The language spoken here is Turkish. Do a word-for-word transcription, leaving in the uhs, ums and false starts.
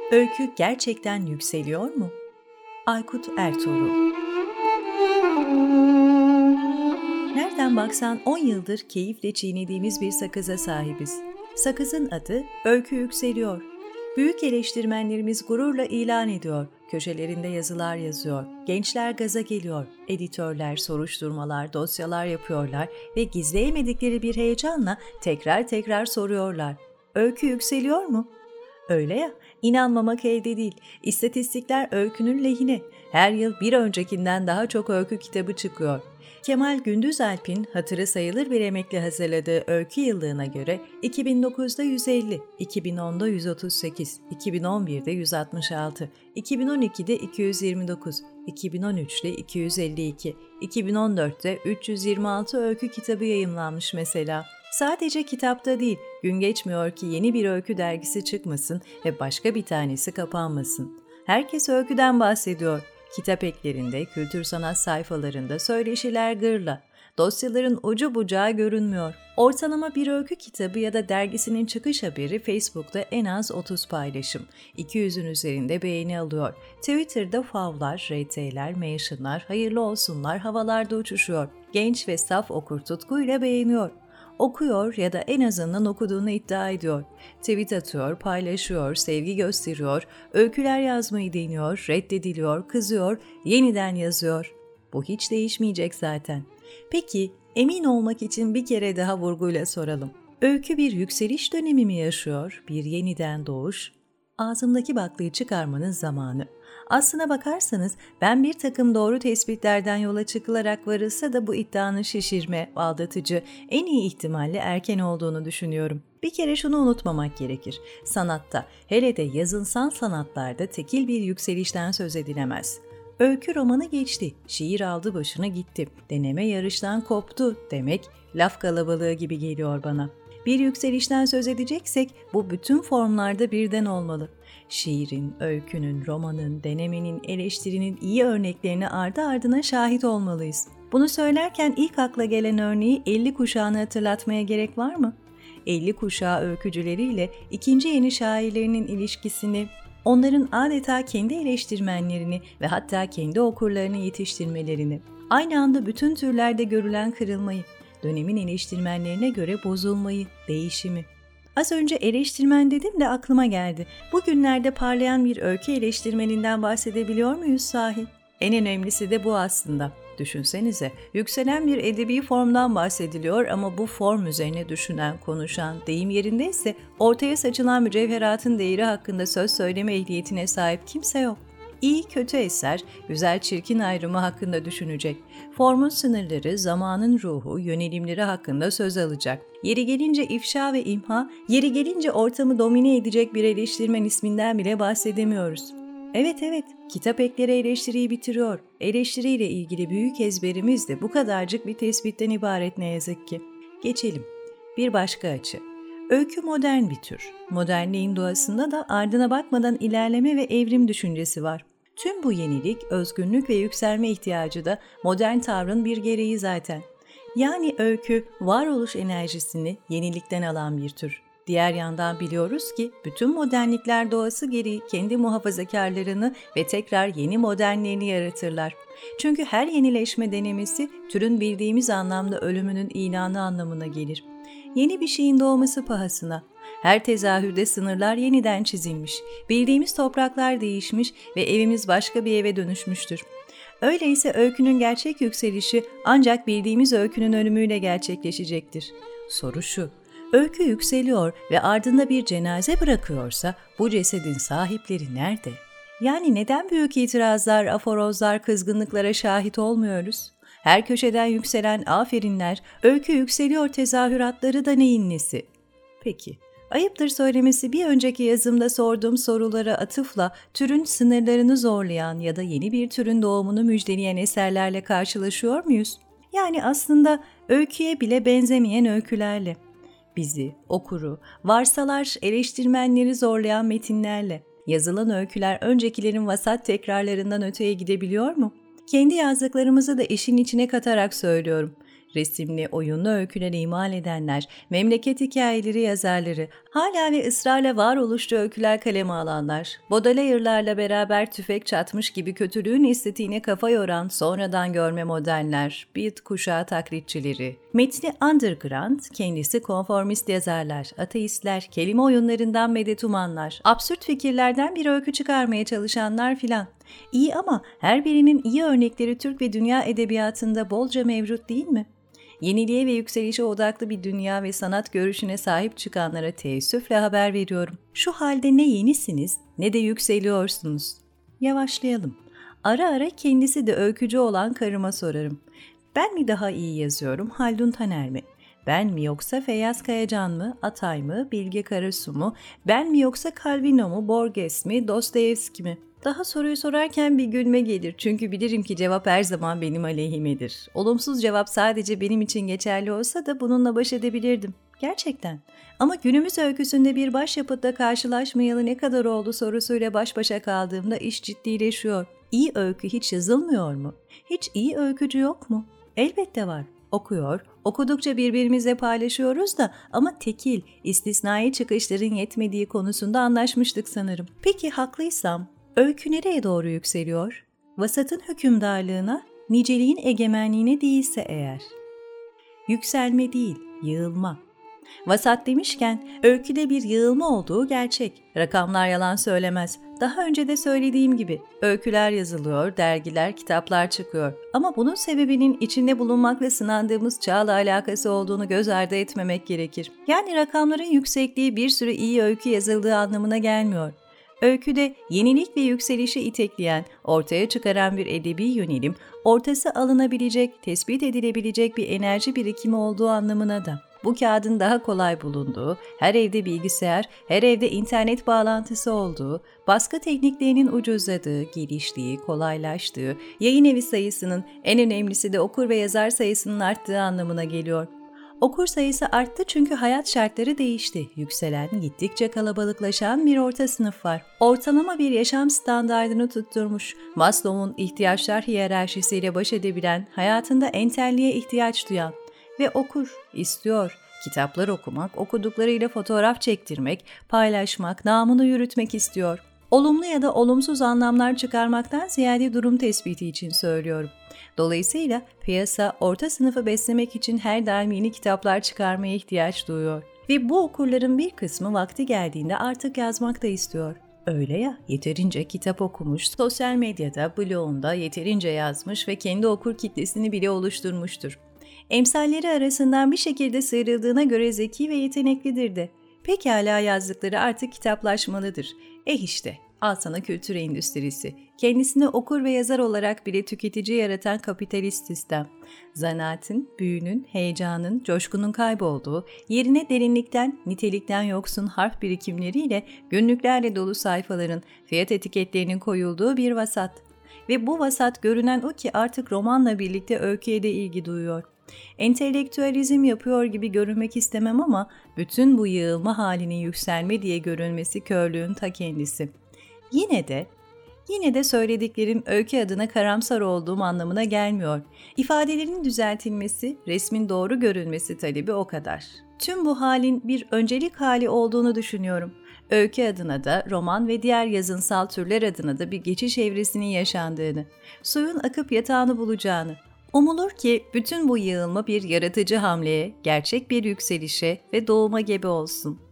Öykü gerçekten yükseliyor mu? Aykut Ertuğrul. Nereden baksan on yıldır keyifle çiğnediğimiz bir sakıza sahibiz. Sakızın adı Öykü Yükseliyor. Büyük eleştirmenlerimiz gururla ilan ediyor, köşelerinde yazılar yazıyor, gençler gaza geliyor, editörler soruşturmalar, dosyalar yapıyorlar ve gizleyemedikleri bir heyecanla tekrar tekrar soruyorlar. Öykü yükseliyor mu? Öyle ya, inanmamak elde değil. İstatistikler öykünün lehine. Her yıl bir öncekinden daha çok öykü kitabı çıkıyor. Kemal Gündüzalp'in hatırı sayılır bir emekle hazırladığı öykü yıllığına göre iki bin dokuzda yüz elli, iki bin onda yüz otuz sekiz, iki bin on birde yüz altmış altı, iki bin on ikide iki yüz yirmi dokuz, iki bin on üçte iki yüz elli iki, iki bin on dörtte üç yüz yirmi altı öykü kitabı yayımlanmış mesela. Sadece kitapta değil, gün geçmiyor ki yeni bir öykü dergisi çıkmasın ve başka bir tanesi kapanmasın. Herkes öyküden bahsediyor. Kitap eklerinde, kültür sanat sayfalarında söyleşiler gırla. Dosyaların ucu bucağı görünmüyor. Ortalama bir öykü kitabı ya da dergisinin çıkış haberi Facebook'ta en az otuz paylaşım. iki yüzün üzerinde beğeni alıyor. Twitter'da favlar, R T'ler, mentionlar, hayırlı olsunlar havalarda uçuşuyor. Genç ve saf okur tutkuyla beğeniyor. Okuyor ya da en azından okuduğunu iddia ediyor. Tweet atıyor, paylaşıyor, sevgi gösteriyor, öyküler yazmayı deniyor, reddediliyor, kızıyor, yeniden yazıyor. Bu hiç değişmeyecek zaten. Peki, emin olmak için bir kere daha vurguyla soralım. Öykü bir yükseliş dönemi mi yaşıyor, bir yeniden doğuş? Ağzımdaki baklayı çıkarmanın zamanı. Aslına bakarsanız ben bir takım doğru tespitlerden yola çıkılarak varılsa da bu iddianın şişirme, aldatıcı, en iyi ihtimalle erken olduğunu düşünüyorum. Bir kere şunu unutmamak gerekir. Sanatta, hele de yazınsal sanatlarda tekil bir yükselişten söz edilemez. Öykü romanı geçti, şiir aldı başını gitti, deneme yarıştan koptu demek laf kalabalığı gibi geliyor bana. Bir yükselişten söz edeceksek bu bütün formlarda birden olmalı. Şiirin, öykünün, romanın, denemenin, eleştirinin iyi örneklerine ardı ardına şahit olmalıyız. Bunu söylerken ilk akla gelen örneği elli kuşağını hatırlatmaya gerek var mı? elli kuşağı öykücüleriyle ikinci yeni şairlerinin ilişkisini, onların adeta kendi eleştirmenlerini ve hatta kendi okurlarını yetiştirmelerini, aynı anda bütün türlerde görülen kırılmayı, dönemin eleştirmenlerine göre bozulmayı, değişimi. Az önce eleştirmen dedim de aklıma geldi. Bugünlerde parlayan bir öykü eleştirmeninden bahsedebiliyor muyuz sahi? En önemlisi de bu aslında. Düşünsenize, yükselen bir edebi formdan bahsediliyor ama bu form üzerine düşünen, konuşan, deyim yerindeyse ortaya saçılan mücevheratın değeri hakkında söz söyleme ehliyetine sahip kimse yok. İyi kötü eser, güzel çirkin ayrımı hakkında düşünecek. Formun sınırları, zamanın ruhu, yönelimleri hakkında söz alacak. Yeri gelince ifşa ve imha, yeri gelince ortamı domine edecek bir eleştirmen isminden bile bahsedemiyoruz. Evet evet, kitap ekleri eleştiriyi bitiriyor. Eleştiriyle ilgili büyük ezberimiz de bu kadarcık bir tespitten ibaret ne yazık ki. Geçelim. Bir başka açı. Öykü modern bir tür. Modernliğin doğasında da ardına bakmadan ilerleme ve evrim düşüncesi var. Tüm bu yenilik, özgünlük ve yükselme ihtiyacı da modern tavrın bir gereği zaten. Yani öykü, varoluş enerjisini yenilikten alan bir tür. Diğer yandan biliyoruz ki bütün modernlikler doğası gereği kendi muhafazakarlarını ve tekrar yeni modernliğini yaratırlar. Çünkü her yenileşme denemesi türün bildiğimiz anlamda ölümünün ilanı anlamına gelir. Yeni bir şeyin doğması pahasına. Her tezahürde sınırlar yeniden çizilmiş, bildiğimiz topraklar değişmiş ve evimiz başka bir eve dönüşmüştür. Öyleyse öykünün gerçek yükselişi ancak bildiğimiz öykünün ölümüyle gerçekleşecektir. Soru şu, öykü yükseliyor ve ardında bir cenaze bırakıyorsa bu cesedin sahipleri nerede? Yani neden büyük itirazlar, aforozlar, kızgınlıklara şahit olmuyoruz? Her köşeden yükselen aferinler, öykü yükseliyor tezahüratları da neyin nesi? Peki, ayıptır söylemesi bir önceki yazımda sorduğum sorulara atıfla türün sınırlarını zorlayan ya da yeni bir türün doğumunu müjdeleyen eserlerle karşılaşıyor muyuz? Yani aslında öyküye bile benzemeyen öykülerle. Bizi, okuru, varsalar, eleştirmenleri zorlayan metinlerle. Yazılan öyküler öncekilerin vasat tekrarlarından öteye gidebiliyor mu? Kendi yazdıklarımızı da işin içine katarak söylüyorum. Resimli, oyunlu öyküler imal edenler, memleket hikayeleri yazarları, hala ve ısrarla varoluşçu öyküler kaleme alanlar, Baudelaire'larla beraber tüfek çatmış gibi kötülüğün estetiğine kafa yoran sonradan görme modernler, beat kuşağı taklitçileri, metni underground, kendisi konformist yazarlar, ateistler, kelime oyunlarından medet umanlar, absürt fikirlerden bir öykü çıkarmaya çalışanlar filan. İyi ama her birinin iyi örnekleri Türk ve dünya edebiyatında bolca mevcut değil mi? Yeniliğe ve yükselişe odaklı bir dünya ve sanat görüşüne sahip çıkanlara teessüfle haber veriyorum. Şu halde ne yenisiniz ne de yükseliyorsunuz. Yavaşlayalım. Ara ara kendisi de öykücü olan karıma sorarım. Ben mi daha iyi yazıyorum, Haldun Taner mi? Ben mi yoksa Feyyaz Kayacan mı, Atay mı, Bilge Karasu mu? Ben mi yoksa Calvino mu, Borges mi, Dostoyevski mi? Daha soruyu sorarken bir gülme gelir çünkü bilirim ki cevap her zaman benim aleyhimedir. Olumsuz cevap sadece benim için geçerli olsa da bununla baş edebilirdim. Gerçekten. Ama günümüz öyküsünde bir başyapıtla karşılaşmayalı ne kadar oldu sorusuyla baş başa kaldığımda iş ciddileşiyor. İyi öykü hiç yazılmıyor mu? Hiç iyi öykücü yok mu? Elbette var. Okuyor, okudukça birbirimizle paylaşıyoruz da ama tekil, istisnai çıkışların yetmediği konusunda anlaşmıştık sanırım. Peki haklıysam, öykü nereye doğru yükseliyor? Vasatın hükümdarlığına, niceliğin egemenliğine değilse eğer. Yükselme değil, yığılma. Vasat demişken öyküde bir yığılma olduğu gerçek. Rakamlar yalan söylemez. Daha önce de söylediğim gibi öyküler yazılıyor, dergiler, kitaplar çıkıyor. Ama bunun sebebinin içinde bulunmakla sınandığımız çağla alakası olduğunu göz ardı etmemek gerekir. Yani rakamların yüksekliği bir sürü iyi öykü yazıldığı anlamına gelmiyor. Öyküde yenilik ve yükselişi itekleyen, ortaya çıkaran bir edebi yönelim, ortası alınabilecek, tespit edilebilecek bir enerji birikimi olduğu anlamına da. Bu kağıdın daha kolay bulunduğu, her evde bilgisayar, her evde internet bağlantısı olduğu, baskı tekniklerinin ucuzladığı, geliştiği, kolaylaştığı, yayın evi sayısının, en önemlisi de okur ve yazar sayısının arttığı anlamına geliyor. Okur sayısı arttı çünkü hayat şartları değişti. Yükselen, gittikçe kalabalıklaşan bir orta sınıf var. Ortalama bir yaşam standardını tutturmuş, Maslow'un ihtiyaçlar hiyerarşisiyle baş edebilen, hayatında entelliğe ihtiyaç duyan ve okur, istiyor. Kitaplar okumak, okuduklarıyla fotoğraf çektirmek, paylaşmak, namını yürütmek istiyor. Olumlu ya da olumsuz anlamlar çıkarmaktan ziyade durum tespiti için söylüyorum. Dolayısıyla piyasa orta sınıfı beslemek için her daim yeni kitaplar çıkarmaya ihtiyaç duyuyor. Ve bu okurların bir kısmı vakti geldiğinde artık yazmak da istiyor. Öyle ya, yeterince kitap okumuş, sosyal medyada, blogunda yeterince yazmış ve kendi okur kitlesini bile oluşturmuştur. Emsalleri arasından bir şekilde sıyrıldığına göre zeki ve yeteneklidir de. Pekala yazdıkları artık kitaplaşmalıdır. Eh işte, al sana kültür endüstrisi. Kendisini okur ve yazar olarak bile tüketici yaratan kapitalist sistem. Zanaatin, büyünün, heyecanın, coşkunun kaybolduğu, yerine derinlikten, nitelikten yoksun harf birikimleriyle günlüklerle dolu sayfaların, fiyat etiketlerinin koyulduğu bir vasat. Ve bu vasat görünen o ki artık romanla birlikte öyküye de ilgi duyuyor. Entelektüelizm yapıyor gibi görünmek istemem ama bütün bu yığılma halinin yükselme diye görünmesi körlüğün ta kendisi. Yine de, yine de söylediklerim öykü adına karamsar olduğum anlamına gelmiyor. İfadelerin düzeltilmesi, resmin doğru görünmesi talebi o kadar. Tüm bu halin bir öncelik hali olduğunu düşünüyorum. Öykü adına da, roman ve diğer yazınsal türler adına da bir geçiş evresinin yaşandığını, suyun akıp yatağını bulacağını, umulur ki bütün bu yığılma bir yaratıcı hamleye, gerçek bir yükselişe ve doğuma gebe olsun.